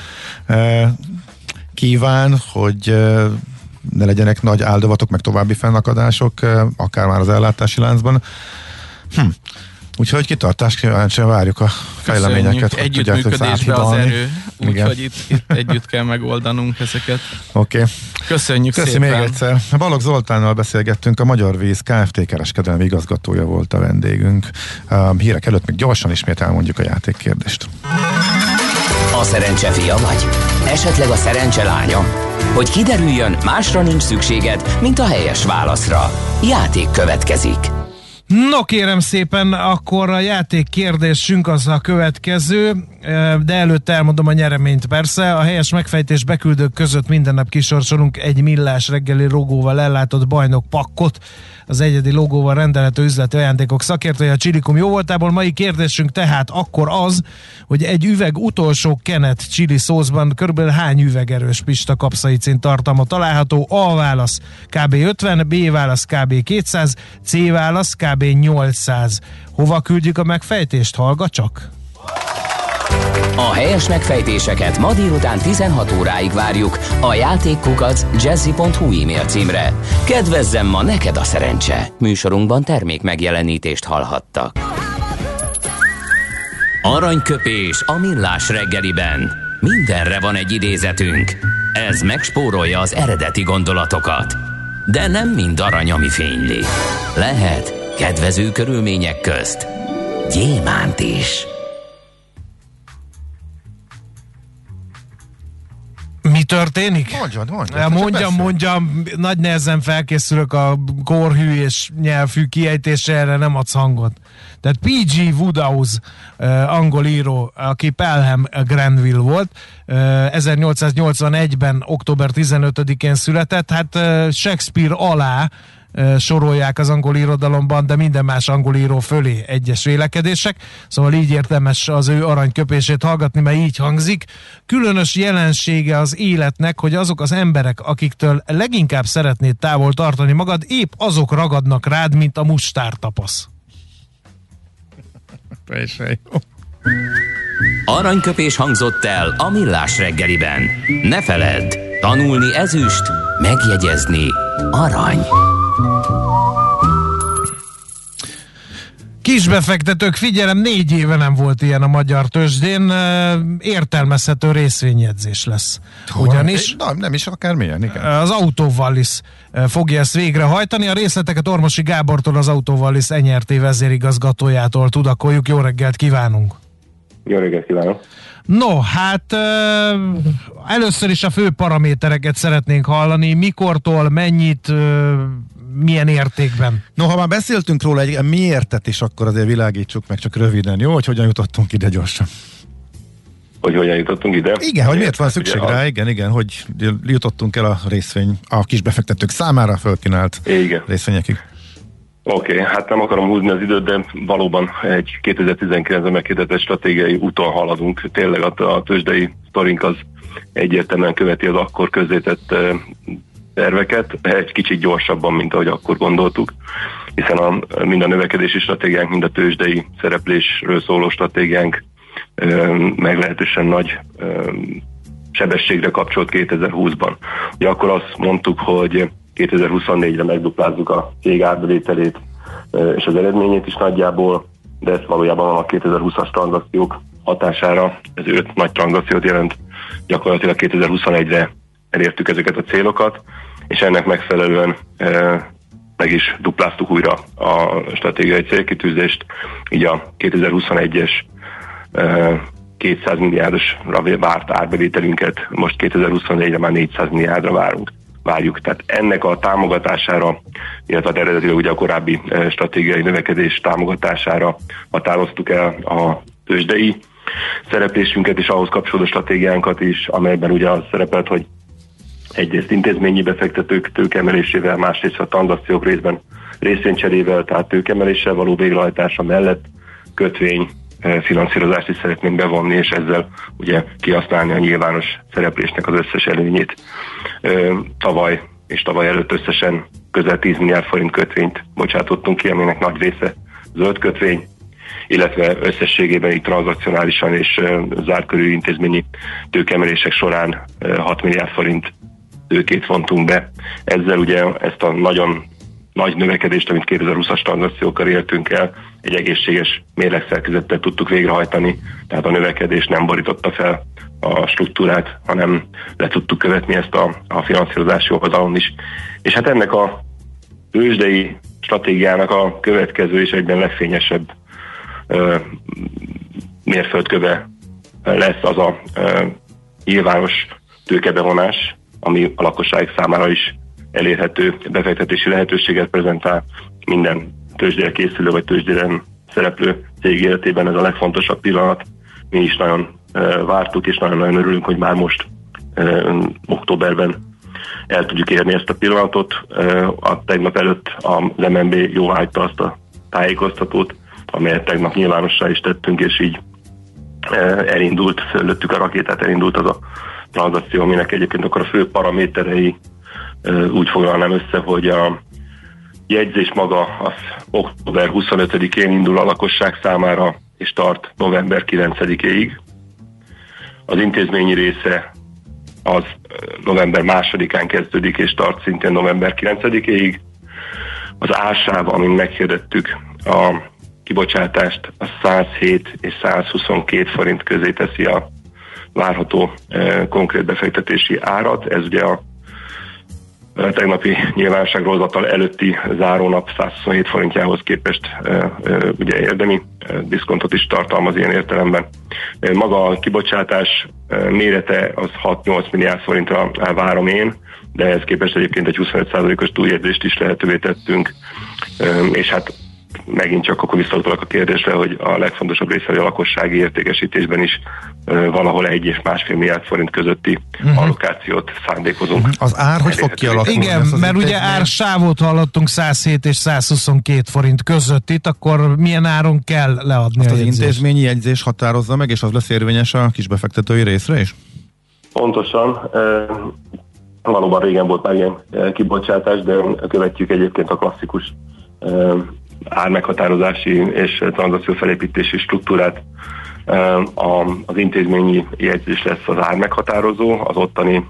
Speaker 4: kíván, hogy ne legyenek nagy áldozatok, meg további fennakadások, akár már az ellátási láncban. Hm. Úgyhogy kitartás, kíváncsian várjuk a fejleményeket.
Speaker 5: Együttműködésbe az erő, úgyhogy itt, itt együtt kell megoldanunk ezeket.
Speaker 4: Oké. Okay.
Speaker 5: Köszönjük
Speaker 4: Köszi
Speaker 5: szépen.
Speaker 4: még egyszer. Balogh Zoltánnal beszélgettünk, a Magyar Víz Kft. Kereskedelmi igazgatója volt a vendégünk. A hírek előtt még gyorsan ismét elmondjuk a játékkérdést.
Speaker 1: A szerencse fia vagy? Esetleg a szerencse lánya? Hogy kiderüljön, másra nincs szükséged, mint a helyes válaszra. Játék következik.
Speaker 3: No kérem szépen, akkor a játék kérdésünk az a következő, de előtte elmondom a nyereményt persze. A helyes megfejtés beküldők között minden nap kisorsolunk egy Millás reggeli logóval ellátott bajnok pakkot. Az egyedi logóval rendelhető üzleti ajándékok szakértője a Csilikum jóvoltából. Mai kérdésünk tehát akkor az, hogy egy üveg utolsó kenet chili szószban körülbelül hány üvegerős pista kapszaicin tartalma található? A válasz kb. ötven, B válasz kb. kétszáz, C válasz kb. nyolcszáz. Hova küldjük a megfejtést? Hallga csak!
Speaker 1: A helyes megfejtéseket ma délután tizenhat óráig várjuk a játékkukac jazzy pont hu e-mail címre. Kedvezzem ma neked a szerencse! Műsorunkban termék megjelenítést hallhattak. Aranyköpés a millás reggeliben. Mindenre van egy idézetünk. Ez megspórolja az eredeti gondolatokat. De nem mind arany, ami fényli. Lehet kedvező körülmények közt gyémánt is.
Speaker 3: Mi történik?
Speaker 4: Mondjad, mondjad.
Speaker 3: Mondjam, mondjam, nagy nehezen felkészülök a korhű és nyelvű kiejtésre, erre nem adsz hangot. Tehát pé gé Wodehouse, uh, angol író, aki Pelham Granville volt, uh, ezernyolcszáznyolcvanegyben október tizenötödikén született, hát uh, Shakespeare alá uh, sorolják az angol irodalomban, de minden más angol író fölé egyes vélekedések, szóval így érdemes az ő aranyköpését hallgatni, mert így hangzik. Különös jelensége az életnek, hogy azok az emberek, akiktől leginkább szeretnéd távol tartani magad, épp azok ragadnak rád, mint a mustártapasz.
Speaker 1: Aranyköpés hangzott el a millás reggeliben. Ne feledd, tanulni ezüst, megjegyezni arany.
Speaker 3: Kisbefektetők, figyelem, négy éve nem volt ilyen a magyar tőzsdén, értelmezhető részvényjegyzés lesz. Ugyanis
Speaker 4: Na, nem is akármilyen, igen.
Speaker 3: Az Autovallis fogja ezt végrehajtani. A részleteket Ormosi Gábortól, az Autovallis en er té vezérigazgatójától tudakoljuk. Jó reggelt kívánunk!
Speaker 6: Jó reggelt kívánok!
Speaker 3: No, hát először is a fő paramétereket szeretnénk hallani. Mikortól, mennyit, milyen értékben?
Speaker 4: No, ha már beszéltünk róla, egy miértet is akkor azért világítsuk meg csak röviden, jó? Hogy hogyan jutottunk ide gyorsan.
Speaker 6: Hogy hogyan jutottunk ide?
Speaker 4: Igen, hogy miért van szükség rá, a... igen, igen, hogy jutottunk el a részvény, a kisbefektetők számára fölkínált igen. részvényekig.
Speaker 6: Oké, okay, hát nem akarom húzni az időt, de valóban egy kétezer-tizenkilencben meghirdetett stratégiai úton haladunk. Tényleg a, a tőzsdei sztorink az egyértelműen követi az akkor közzétett terveket, egy kicsit gyorsabban, mint ahogy akkor gondoltuk, hiszen a, mind a növekedési stratégiánk, mind a tőzsdei szereplésről szóló stratégiánk ö, meglehetősen nagy ö, sebességre kapcsolt kétezer-húszban. Ugye akkor azt mondtuk, hogy kétezer-huszonnégyre megduplázzuk a cég árbevételét ö, és az eredményét is nagyjából, de ez valójában a kétezer-húszas tranzakciók hatására, ez öt nagy tranzakciót jelent, gyakorlatilag kétezer-huszonegyre elértük ezeket a célokat, és ennek megfelelően e, meg is dupláztuk újra a stratégiai célkitűzést, így a kétezer-huszonegyes e, kétszáz milliárdosra várt árbevételünket most kétezer-huszonnégyre már négyszáz milliárdra várunk, várjuk. Tehát ennek a támogatására, illetve az eredetileg ugye a korábbi e, stratégiai növekedés támogatására határoztuk el a tőzsdei szereplésünket és ahhoz kapcsolódó stratégiánkat is, amelyben ugye az szerepelt, hogy egyrészt intézményi befektetők tőkeemelésével, másrészt a tranzakciók részben részvénycserével, tehát tőkeemeléssel való végrehajtása mellett kötvény finanszírozást is szeretnénk bevonni, és ezzel ugye kihasználni a nyilvános szereplésnek az összes előnyét. Tavaly és tavaly előtt összesen közel tíz milliárd forint kötvényt bocsátottunk ki, aminek nagy része zöld kötvény, illetve összességében így tranzakcionálisan és zárt körű intézményi tőkeemelések során hat milliárd forint tőkét vontunk be. Ezzel ugye ezt a nagyon nagy növekedést, amit kétezer-húszas tranzakciókkal értünk el, egy egészséges mérlegszerkezettel tudtuk végrehajtani, tehát a növekedés nem borította fel a struktúrát, hanem le tudtuk követni ezt a, a finanszírozási oldalon is. És hát ennek a tőzsdei stratégiának a következő és egyben legfényesebb ö, mérföldköve lesz az a ö, nyilvános tőkebevonás, ami a lakosság számára is elérhető befektetési lehetőséget prezentál minden tőzsdére készülő vagy tőzsdéren szereplő cég életében ez a legfontosabb pillanat. Mi is nagyon vártuk, és nagyon-nagyon örülünk, hogy már most októberben el tudjuk érni ezt a pillanatot. A tegnap előtt az em en bé jóváhagyta azt a tájékoztatót, amelyet tegnap nyilvánossá is tettünk, és így elindult, fölöttük a rakétát, elindult az a tranzakció, aminek egyébként akkor a fő paraméterei úgy foglalnám össze, hogy a jegyzés maga az október huszonötödikén indul a lakosság számára, és tart november kilencedikéig. Az intézményi része az november másodikán kezdődik, és tart szintén november kilencedikéig. Az ársáv, amin meghirdettük a kibocsátást, a százhét és százhuszonkettő forint közé teszi a várható eh, konkrét befektetési árat. Ez ugye a tegnapi nyilvánosságrozatal előtti zárónap százhuszonhét forintjához képest e, e, ugye érdemi e, diszkontot is tartalmaz ilyen értelemben. E, maga a kibocsátás e, mérete az hat-nyolc milliárd forintra várom én, de ehhez képest egyébként egy huszonöt százalékos túljegyzést is lehetővé tettünk, e, és hát megint csak akkor visszautalok a kérdésre, hogy a legfontosabb része, hogy a lakossági értékesítésben is uh, valahol egy és másfél milliárd forint közötti uh-huh. allokációt szándékozunk. Uh-huh.
Speaker 4: Az ár hogy fog kialakulni?
Speaker 3: Igen, mert ugye ársávot hallottunk százhét és százhuszonkettő forint között itt, akkor milyen áron kell leadni
Speaker 4: azt
Speaker 3: a
Speaker 4: az
Speaker 3: jegyzést?
Speaker 4: intézményi jegyzés határozza meg, és az lesz érvényes a kisbefektetői részre is?
Speaker 6: Pontosan. Uh, valóban régen volt már ilyen uh, kibocsátás, de követjük egyébként a klasszikus uh, ármeghatározási és tranzakció felépítési struktúrát. Az intézményi jegyzés lesz az ármeghatározó, az ottani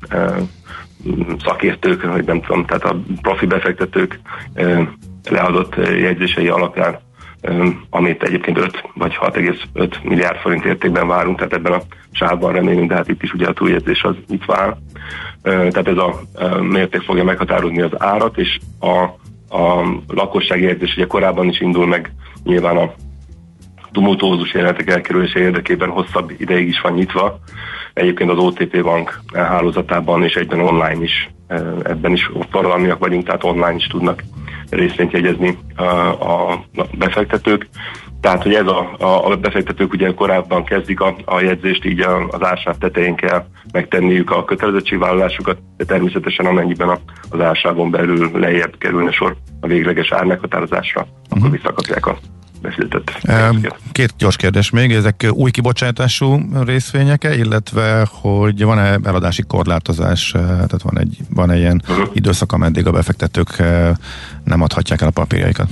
Speaker 6: szakértők, vagy nem tudom, tehát a profi befektetők leadott jegyzései alapján, amit egyébként öt vagy hat egész öt milliárd forint értékben várunk, tehát ebben a sávban remélünk, de hát itt is ugye a túljegyzés az itt vár. Tehát ez a mérték fogja meghatározni az árat, és a A lakossági jegyzés ugye korábban is indul meg, nyilván a tumultuózus jelenetek elkerülése érdekében hosszabb ideig is van nyitva. Egyébként az o té pé Bank hálózatában és egyben online is, ebben is forradalmiak vagyunk, tehát online is tudnak részvényt jegyezni a, a befektetők. Tehát, hogy ez a, a befektetők ugye korábban kezdik a, a jegyzést, így a, az ársáv tetején kell megtenniük a kötelezettségvállalásukat, de természetesen amennyiben a, az ársávon belül lejjebb kerülne sor a végleges ármeghatározásra, uh-huh. akkor visszakapják a befizetett.
Speaker 4: Két gyors kérdés még, ezek új kibocsátású részvények-e, illetve hogy van-e eladási korlátozás, tehát van egy, van egy ilyen uh-huh. időszak, ameddig a befektetők nem adhatják el a papírjaikat?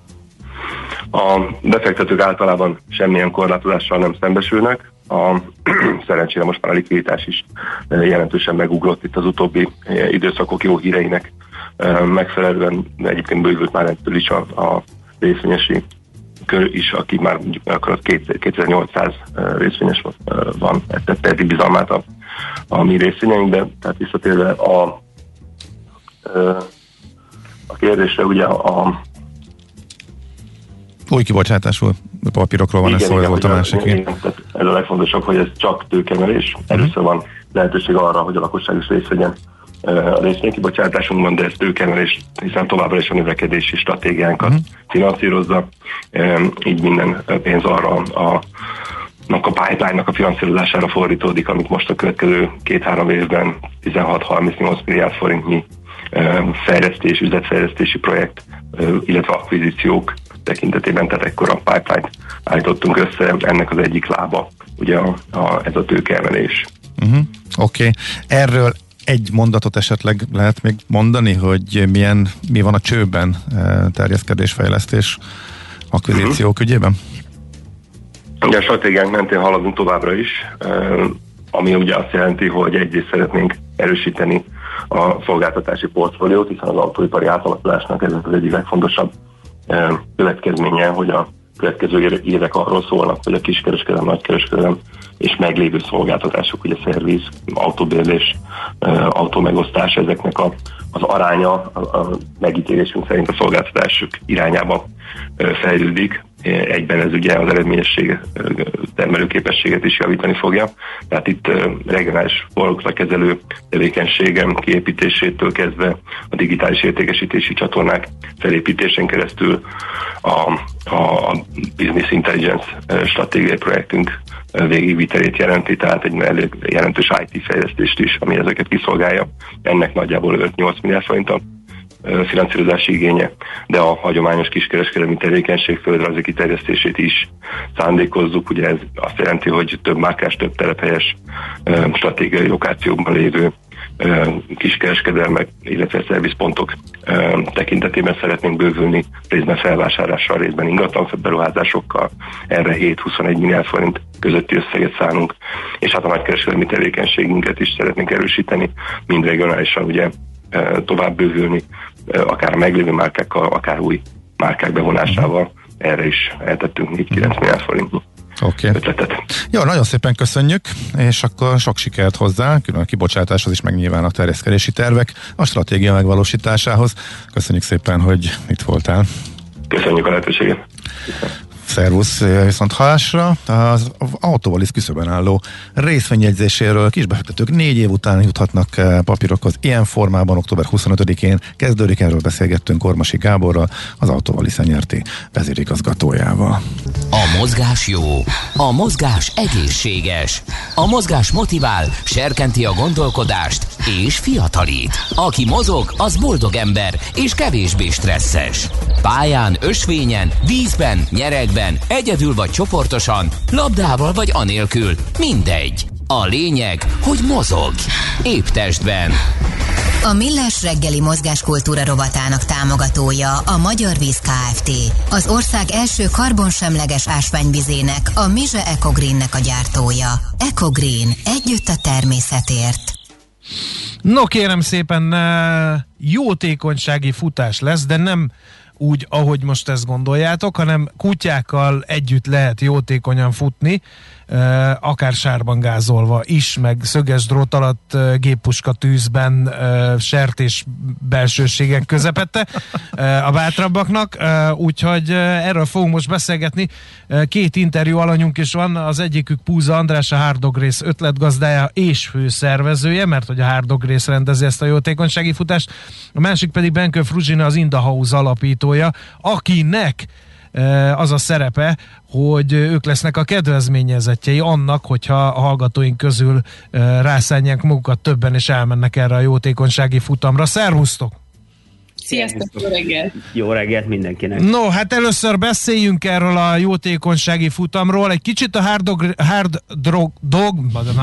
Speaker 6: A befektetők általában semmilyen korlátozással nem szembesülnek. A, szerencsére most már a likviditás is jelentősen megugrott itt az utóbbi időszakok jó híreinek megfelelően. Egyébként bővült már ettől is a, a részvényesi kör is, aki már akkor kétezer-nyolcszáz részvényes van, ezt tette eddig bizalmát a, a mi részvényeinkbe. Tehát visszatérve a, a kérdésre, ugye a
Speaker 4: új kibocsátású papírokról van, igen, ez szó, ez volt a másik.
Speaker 6: Igen, igen, ez a legfontosabb, hogy ez csak tőkemelés. Először van lehetőség arra, hogy a lakosság is részt vegyen a részvénykibocsátásunkban, de ez tőkemelés, hiszen továbbra is a növekedési stratégiánkat uh-huh. finanszírozza. Így minden pénz arra a a pipeline-nak a finanszírozására fordítódik, amit most a következő két-három évben tizenhat-harmincnyolc milliárd forintnyi fejlesztés, üzletfejlesztési projekt, illetve akvizíciók tekintetében, tehát ekkor a pipeline-t állítottunk össze, ennek az egyik lába, ugye a, a, ez a tőkeemelés.
Speaker 4: Uh-huh. Oké. Okay. Erről egy mondatot esetleg lehet még mondani, hogy milyen, mi van a csőben terjeszkedésfejlesztés akvizíciók uh-huh. ügyében?
Speaker 6: Ugye a stratégiánk mentén haladunk továbbra is, ami ugye azt jelenti, hogy egyrészt szeretnénk erősíteni a szolgáltatási portfóliót, hiszen az autóipari átalakulásnak ez az egyik legfontosabb következménye, hogy a következő évek arról szólnak, hogy a kiskereskedelem, nagykereskedelem és meglévő szolgáltatások, ugye szerviz, autóbérlés, autómegosztás, ezeknek a, az aránya a, a megítélésünk szerint a szolgáltatások irányába fejlődik, egyben ez ugye az eredményesség termelőképességet is javítani fogja. Tehát itt regionális kezelő tevékenységem kiépítésétől kezdve a digitális értékesítési csatornák felépítésén keresztül a, a, a Business Intelligence stratégiai projektünk végigvitelét jelenti, tehát egy elég jelentős i té fejlesztést is, ami ezeket kiszolgálja. Ennek nagyjából öt-nyolc milliárd forint a finanszírozási igénye, de a hagyományos kiskereskedelmi tevékenység földrajzi kiterjesztését is szándékozzuk. Ugye ez azt jelenti, hogy több márkás, több telephelyes stratégiai lokációkban lévő kiskereskedelmek, illetve szervizpontok tekintetében szeretnénk bővülni, részben felvásárlással, részben ingatlan beruházásokkal. Erre hét-huszonegy milliárd forint közötti összeget szánunk, és hát a nagykereskedelmi tevékenységünket is szeretnénk erősíteni, mind regionálisan ugye tovább bővülni, akár a meglévő márkákkal, akár új márkák bevonásával. Erre is eltettünk négy-kilenc milliárd forintnyi
Speaker 4: okay.
Speaker 6: ötletet.
Speaker 4: Jó, nagyon szépen köszönjük, és akkor sok sikert hozzá, külön a kibocsátáshoz is, meg nyilván a terjeszkedési tervek a stratégia megvalósításához. Köszönjük szépen, hogy itt voltál.
Speaker 6: Köszönjük a lehetőséget.
Speaker 4: Szervusz, viszont hallásra. Az Autovalis küszöbön álló részvényjegyzéséről kisbefektetők négy év után juthatnak papírokhoz ilyen formában. Október huszonötödikén kezdődik, erről beszélgettünk Ormasi Gáborral, az Autovalis en er té vezérigazgatójával.
Speaker 1: A mozgás jó, a mozgás egészséges, a mozgás motivál, serkenti a gondolkodást és fiatalít. Aki mozog, az boldog ember és kevésbé stresszes. Pályán, ösvényen, vízben, nyeregben, egyedül vagy csoportosan, labdával vagy anélkül, mindegy. A lényeg, hogy mozog. Épp testben.
Speaker 2: A Millás reggeli mozgáskultúra rovatának támogatója a Magyar Víz Kft. Az ország első karbonsemleges ásványvizének, a Mize Ecogreennek a gyártója. Ecogreen. Együtt a természetért.
Speaker 3: No kérem szépen, jótékonysági futás lesz, de nem úgy, ahogy most ezt gondoljátok, hanem kutyákkal együtt lehet jótékonyan futni, akár sárban gázolva is, meg szöges drót alatt, géppuska tűzben, sertés belsőségek közepette a bátrabbaknak, úgyhogy erről fogunk most beszélgetni. Két interjú alanyunk is van, az egyikük Púza András, a Hard Dog Race ötletgazdája és főszervezője, mert hogy a Hard Dog Race rendezi ezt a jótékonysági futást, a másik pedig Benkő Fruzsina, az Indahouse alapítója, akinek az a szerepe, hogy ők lesznek a kedvezményezettjei annak, hogyha a hallgatóink közül rászánják magukat többen, és elmennek erre a jótékonysági futamra. Szervusztok!
Speaker 7: Sziasztok, jó reggelt!
Speaker 8: Jó reggelt mindenkinek!
Speaker 3: No, hát először beszéljünk erről a jótékonysági futamról. Egy kicsit a Hard Dog... Hard Dog... dog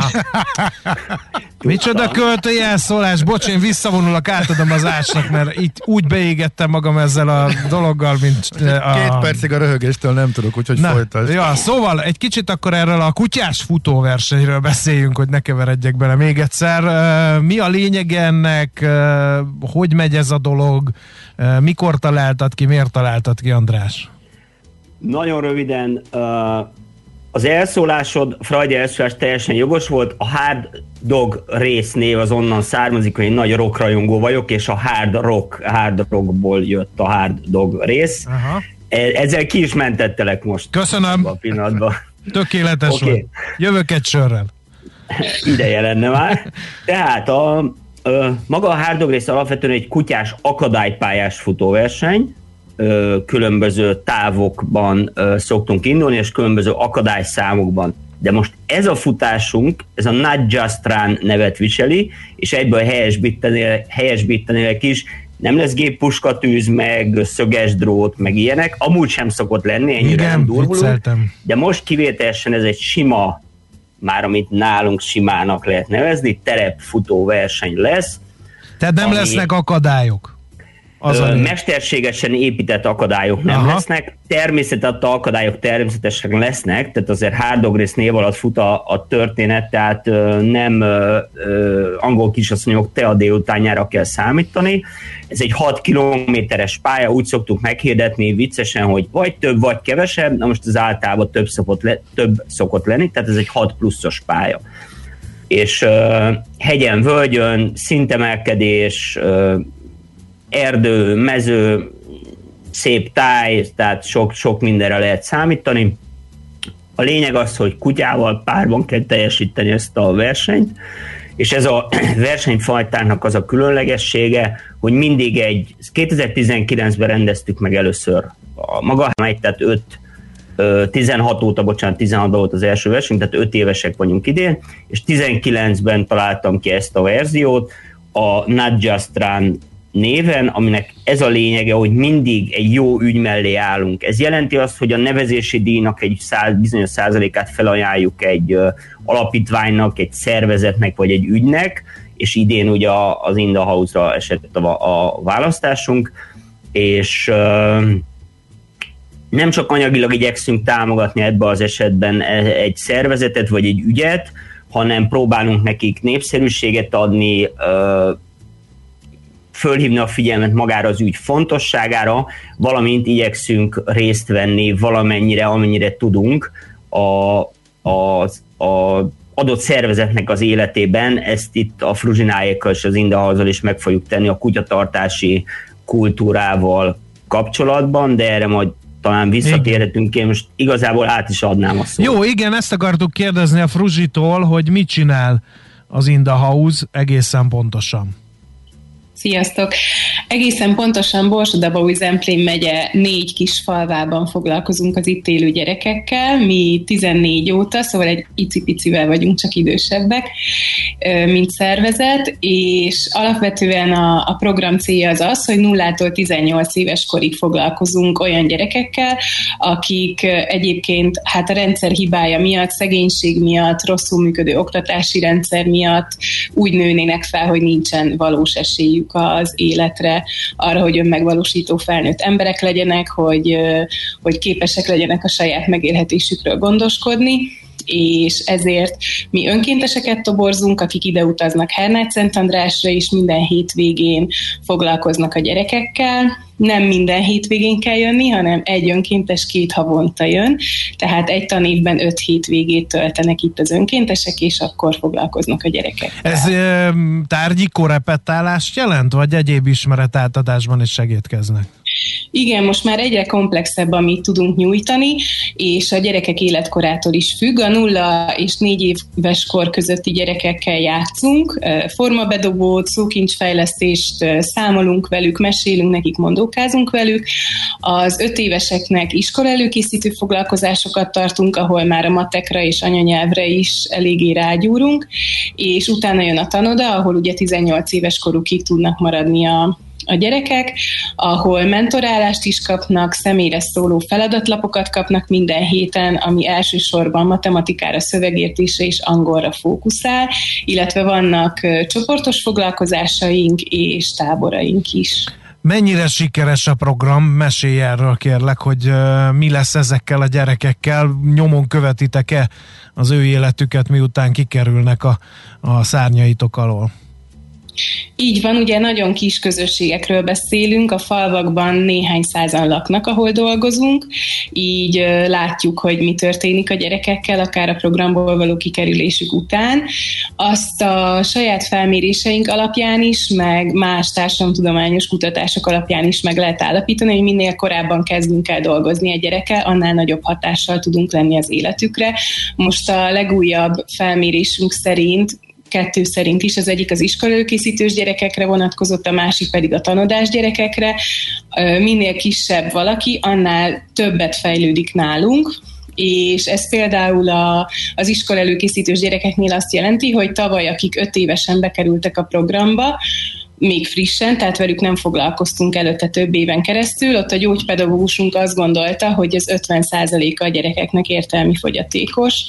Speaker 3: Micsoda költői elszólás? Bocs, én visszavonulok, átadom az Ácsnak, mert itt úgy beégettem magam ezzel a dologgal, mint... A...
Speaker 4: Két percig a röhögéstől nem tudok, úgyhogy folytasd.
Speaker 3: Ja, szóval egy kicsit akkor erről a kutyás futóversenyről beszéljünk, hogy ne keveredjek bele még egyszer. Mi a lényeg ennek? Hogy megy ez a dolog? Mikor találtad ki? Miért találtad ki, András?
Speaker 8: Nagyon röviden, az elszólásod, Frajdi elszólás teljesen jogos volt. A Hard Dog Race név az onnan származik, hogy én nagy rock rajongó vagyok, és a hard rock, hard rockból jött a Hard Dog Race. Aha. Ezzel ki is mentettelek most.
Speaker 3: Köszönöm.
Speaker 8: A pillanatban.
Speaker 3: Tökéletes okay. Volt. Jövök egy sörrel.
Speaker 8: Ideje lenne már. Tehát a, a maga a Hard Dog Race alapvetően egy kutyás akadálypályás futóverseny. Különböző távokban szoktunk indulni, és különböző akadályszámokban. De most ez a futásunk, ez a Not Just Run nevet viseli, és egyből helyesbítenélek is, nem lesz géppuskatűz, meg szöges drót, meg ilyenek, amúgy sem szokott lenni, ennyire
Speaker 3: igen,
Speaker 8: nem durvulunk.
Speaker 3: Vicceltem.
Speaker 8: De most kivételesen ez egy sima, már amit nálunk simának lehet nevezni, terepfutó verseny lesz.
Speaker 3: Tehát nem ami... lesznek akadályok?
Speaker 8: Ö, mesterségesen épített akadályok nem Aha. lesznek, természetesen akadályok természetesen lesznek, tehát azért Hard Dog Race név alatt fut a, a történet, tehát ö, nem ö, ö, angol kisasszonyok tea délutánjára kell számítani. Ez egy hat kilométeres pálya, úgy szoktuk meghirdetni viccesen, hogy vagy több, vagy kevesebb, na most az általában több szokott, le, több szokott lenni, tehát ez egy hat pluszos pálya. És ö, hegyen, völgyön, szintemelkedés, ö, erdő, mező, szép táj, tehát sok, sok mindenre lehet számítani. A lényeg az, hogy kutyával párban kell teljesíteni ezt a versenyt, és ez a versenyfajtának az a különlegessége, hogy mindig egy, kétezer-tizenkilencben rendeztük meg először a maga egy, tehát öt, tizenhat óta, bocsánat, tizenhatban volt az első verseny, tehát öt évesek vagyunk idén, és tizenkilencben találtam ki ezt a verziót, a Not Just Run néven, aminek ez a lényege, hogy mindig egy jó ügy mellé állunk. Ez jelenti azt, hogy a nevezési díjnak egy száz, bizonyos százalékát felajánljuk egy uh, alapítványnak, egy szervezetnek, vagy egy ügynek, és idén ugye az In the House-ra esett a, a választásunk, és uh, nem csak anyagilag igyekszünk támogatni ebbe az esetben egy szervezetet, vagy egy ügyet, hanem próbálunk nekik népszerűséget adni, uh, fölhívni a figyelmet magára az ügy fontosságára, valamint igyekszünk részt venni valamennyire, amennyire tudunk a, a, a adott szervezetnek az életében. Ezt itt a Fruzsináékkal és az In the House-al is meg fogjuk tenni a kutyatartási kultúrával kapcsolatban, de erre majd talán visszatérhetünk, én most igazából át is adnám a szót.
Speaker 3: Jó, igen, ezt akartuk kérdezni a Fruzsitól, hogy mit csinál az In the House egészen pontosan.
Speaker 7: Sziasztok! Egészen pontosan Borsod-Abaúj-Zemplén megye négy kis falvában foglalkozunk az itt élő gyerekekkel. Mi tizennégy óta, szóval egy icipicivel vagyunk, csak idősebbek, mint szervezet, és alapvetően a, a program célja az az, hogy nullától tizennyolc éves korig foglalkozunk olyan gyerekekkel, akik egyébként hát a rendszer hibája miatt, szegénység miatt, rosszul működő oktatási rendszer miatt úgy nőnének fel, hogy nincsen valós esélyük az életre, arra, hogy önmegvalósító felnőtt emberek legyenek, hogy, hogy képesek legyenek a saját megélhetésükről gondoskodni, és ezért mi önkénteseket toborzunk, akik ide utaznak Hernágy-Szentandrásra, és minden hétvégén foglalkoznak a gyerekekkel. Nem minden hétvégén kell jönni, hanem egy önkéntes két havonta jön, tehát egy tanévben öt hétvégét töltenek itt az önkéntesek, és akkor foglalkoznak a gyerekekkel.
Speaker 3: Ez e, tárgyi korepetálást jelent, vagy egyéb ismeretátadásban is segítkeznek?
Speaker 7: Igen, most már egyre komplexebb, amit tudunk nyújtani, és a gyerekek életkorától is függ. A nulla és négy éves kor közötti gyerekekkel játszunk, formabedobót, szókincsfejlesztést, számolunk velük, mesélünk nekik, mondókázunk velük. Az öt éveseknek iskolaelőkészítő foglalkozásokat tartunk, ahol már a matekra és anyanyelvre is eléggé rágyúrunk, és utána jön a tanoda, ahol ugye tizennyolc éves korukig tudnak maradni a a gyerekek, ahol mentorálást is kapnak, személyre szóló feladatlapokat kapnak minden héten, ami elsősorban matematikára, szövegértésre és angolra fókuszál, illetve vannak csoportos foglalkozásaink és táboraink is.
Speaker 3: Mennyire sikeres a program? Mesélj erről, kérlek, hogy uh, mi lesz ezekkel a gyerekekkel? Nyomon követitek-e az ő életüket, miután kikerülnek a, a szárnyaitok alól?
Speaker 7: Így van, ugye nagyon kis közösségekről beszélünk, a falvakban néhány százan laknak, ahol dolgozunk, így látjuk, hogy mi történik a gyerekekkel, akár a programból való kikerülésük után. Azt a saját felméréseink alapján is, meg más társadalomtudományos kutatások alapján is meg lehet állapítani, hogy minél korábban kezdünk el dolgozni a gyerekkel, annál nagyobb hatással tudunk lenni az életükre. Most a legújabb felmérésünk szerint kettő szerint is, az egyik az iskolaelőkészítős gyerekekre vonatkozott, a másik pedig a tanodás gyerekekre. Minél kisebb valaki, annál többet fejlődik nálunk, és ez például a, az iskolaelőkészítős gyerekeknél azt jelenti, hogy tavaly, akik öt évesen bekerültek a programba, még frissen, tehát velük nem foglalkoztunk előtte több éven keresztül, ott a gyógypedagógusunk azt gondolta, hogy az ötven százaléka a gyerekeknek értelmi fogyatékos,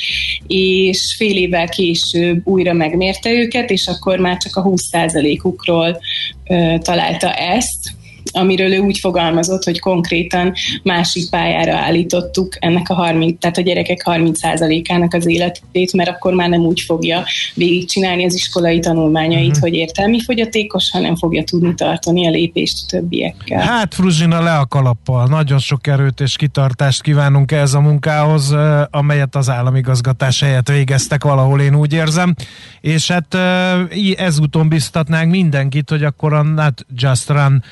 Speaker 7: és fél évvel később újra megmérte őket, és akkor már csak a húsz százalékukról ö, találta ezt, amiről ő úgy fogalmazott, hogy konkrétan másik pályára állítottuk ennek a harminc, tehát a gyerekek harminc százalékának az életét, mert akkor már nem úgy fogja végigcsinálni az iskolai tanulmányait, uh-huh. hogy értelmi fogyatékos, hanem fogja tudni tartani a lépést a többiekkel.
Speaker 3: Hát Fruzsina, le a kalappal. Nagyon sok erőt és kitartást kívánunk ehhez a munkához, amelyet az államigazgatás helyett végeztek valahol, én úgy érzem. És hát ezúton biztatnánk mindenkit, hogy akkor a Not Just Run verseny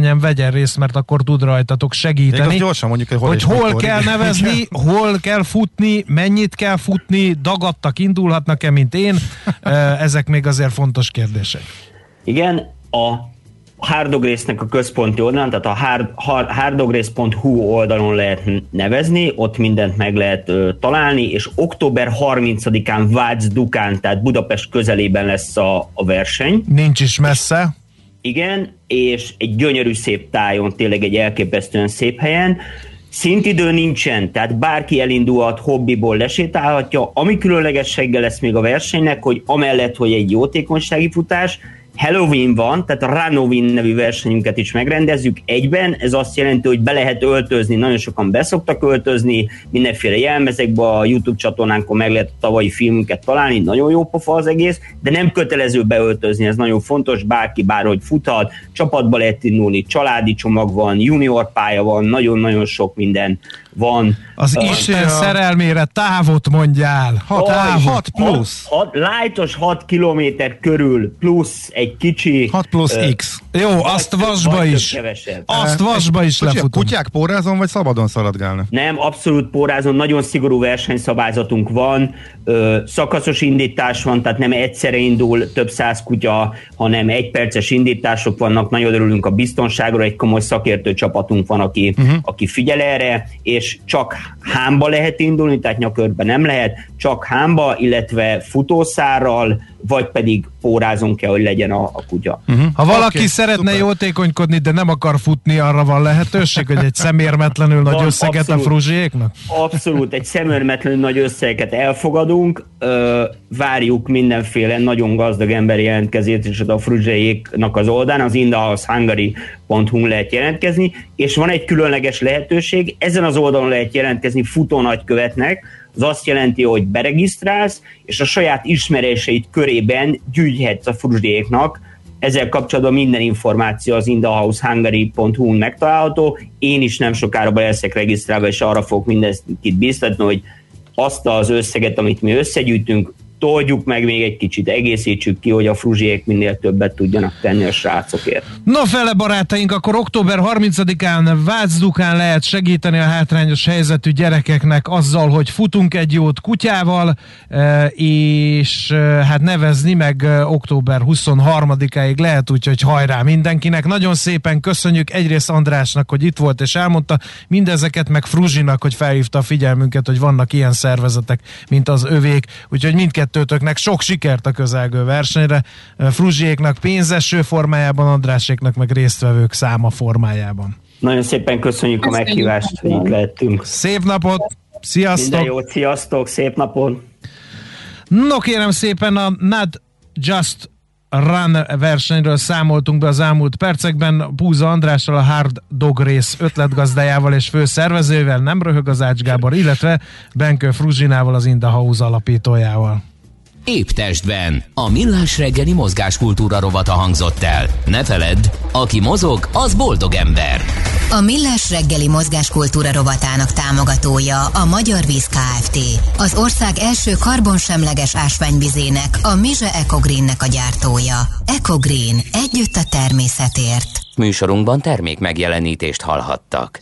Speaker 3: versenyen vegyen részt, mert akkor tud rajtatok segíteni.
Speaker 4: Gyorsan mondjuk, hogy hol,
Speaker 3: hogy hol
Speaker 4: mikor,
Speaker 3: kell
Speaker 4: igen.
Speaker 3: nevezni, hol kell futni, mennyit kell futni, dagadtak, indulhatnak-e, mint én. Ezek még azért fontos kérdések.
Speaker 8: Igen, a Hardogrésznek a központi oldalon, tehát a hard, hard, hardogrész pont hu oldalon lehet nevezni, ott mindent meg lehet uh, találni, és október harmincadikán Vác-Dukán, tehát Budapest közelében lesz a, a verseny.
Speaker 3: Nincs is messze.
Speaker 8: Igen, és egy gyönyörű szép tájon, tényleg egy elképesztően szép helyen. Szintidő nincsen, tehát bárki elindulhat, hobbiból lesétálhatja. Ami különlegessége lesz még a versenynek, hogy amellett, hogy egy jótékonysági futás, Halloween van, tehát a Runoween nevű versenyünket is megrendezzük egyben, ez azt jelenti, hogy be lehet öltözni, nagyon sokan beszoktak öltözni, mindenféle jelmezekbe, a YouTube csatornánkon meg lehet a tavalyi filmünket találni, nagyon jó pofa az egész, de nem kötelező beöltözni, ez nagyon fontos, bárki bárhogy futhat, csapatba lehet indulni, családi csomag van, junior pálya van, nagyon-nagyon sok minden van.
Speaker 3: Az uh, Isten szerelmére távot mondjál.
Speaker 4: hat,
Speaker 3: távot.
Speaker 4: hat plusz.
Speaker 8: Hat, lightos hat kilométer körül plusz egy kicsi...
Speaker 4: hat plusz uh, X.
Speaker 3: Jó, azt vasba is. Azt vasba is lefutunk.
Speaker 4: Kutyák pórázon vagy szabadon szaladgálnak?
Speaker 8: Nem, abszolút pórázon, nagyon szigorú versenyszabályzatunk van, ö, szakaszos indítás van, tehát nem egyszerre indul több száz kutya, hanem egyperces indítások vannak, nagyon örülünk a biztonságra, egy komoly szakértő csapatunk van, aki, uh-huh. aki figyel erre, és csak hámba lehet indulni, tehát nyakörben nem lehet, csak hámba, illetve futószárral, vagy pedig pórázon kell, hogy legyen a, a kutya.
Speaker 3: Uh-huh. Ha valaki
Speaker 4: okay,
Speaker 3: szeretne
Speaker 4: szuper.
Speaker 3: jótékonykodni, de nem akar futni, arra van lehetőség, hogy egy szemérmetlenül nagy
Speaker 8: van,
Speaker 3: összeget
Speaker 8: abszolút,
Speaker 3: a fruzsiéknak?
Speaker 8: Abszolút, egy szemérmetlenül nagy összeget elfogadunk, ö, várjuk mindenféle nagyon gazdag emberi jelentkezést, és a fruzsiéknak az oldalán, az indahoushungary pont hu lehet jelentkezni, és van egy különleges lehetőség, ezen az oldalon lehet jelentkezni futónagykövetnek, az azt jelenti, hogy beregisztrálsz, és a saját ismeréseid körében gyűjthetsz a fruzsdiéknak. Ezzel kapcsolatban minden információ az indahoushungary pont hu-n megtalálható. Én is nem sokára be leszek regisztrálva, és arra fogok mindenkit biztatni, hogy azt az összeget, amit mi összegyűjtünk, toljuk meg még egy kicsit, egészítsük ki, hogy a fruzsiék minél többet tudjanak tenni a srácokért.
Speaker 3: No fele barátaink, akkor október harmincadikán Vác-Dukán lehet segíteni a hátrányos helyzetű gyerekeknek azzal, hogy futunk egy jót kutyával, és hát nevezni meg október huszonharmadikáig lehet, úgyhogy hajrá mindenkinek. Nagyon szépen köszönjük egyrészt Andrásnak, hogy itt volt és elmondta mindezeket, meg Fruzsinak, hogy felhívta a figyelmünket, hogy vannak ilyen szervezetek, mint az övék, úgyhogy mindkettő tőtöknek sok sikert a közelgő versenyre. Fruzsiéknak pénzeső formájában, Andráséknak meg résztvevők száma formájában.
Speaker 8: Nagyon szépen köszönjük a meghívást, hogy itt lehettünk.
Speaker 3: Szép napot! Sziasztok!
Speaker 8: Minden jót, sziasztok! Szép napot!
Speaker 3: No kérem szépen, a Not Just Run versenyről számoltunk be az elmúlt percekben. Púza Andrással, a Hard Dog Race ötletgazdájával és főszervezővel, nem röhög az Ács Gábor, illetve Benkő Fruzsinával, az Indahouse alapítójával.
Speaker 1: Épp testben a Millás reggeli mozgáskultúra rovata hangzott el. Ne feledd, aki mozog, az boldog ember.
Speaker 2: A Millás reggeli mozgáskultúra rovatának támogatója a Magyar Víz Kft. Az ország első karbonsemleges ásványvizének, a Mize Ecogreennek a gyártója. Ecogreen, együtt a természetért.
Speaker 1: Műsorunkban termék megjelenítést hallhattak.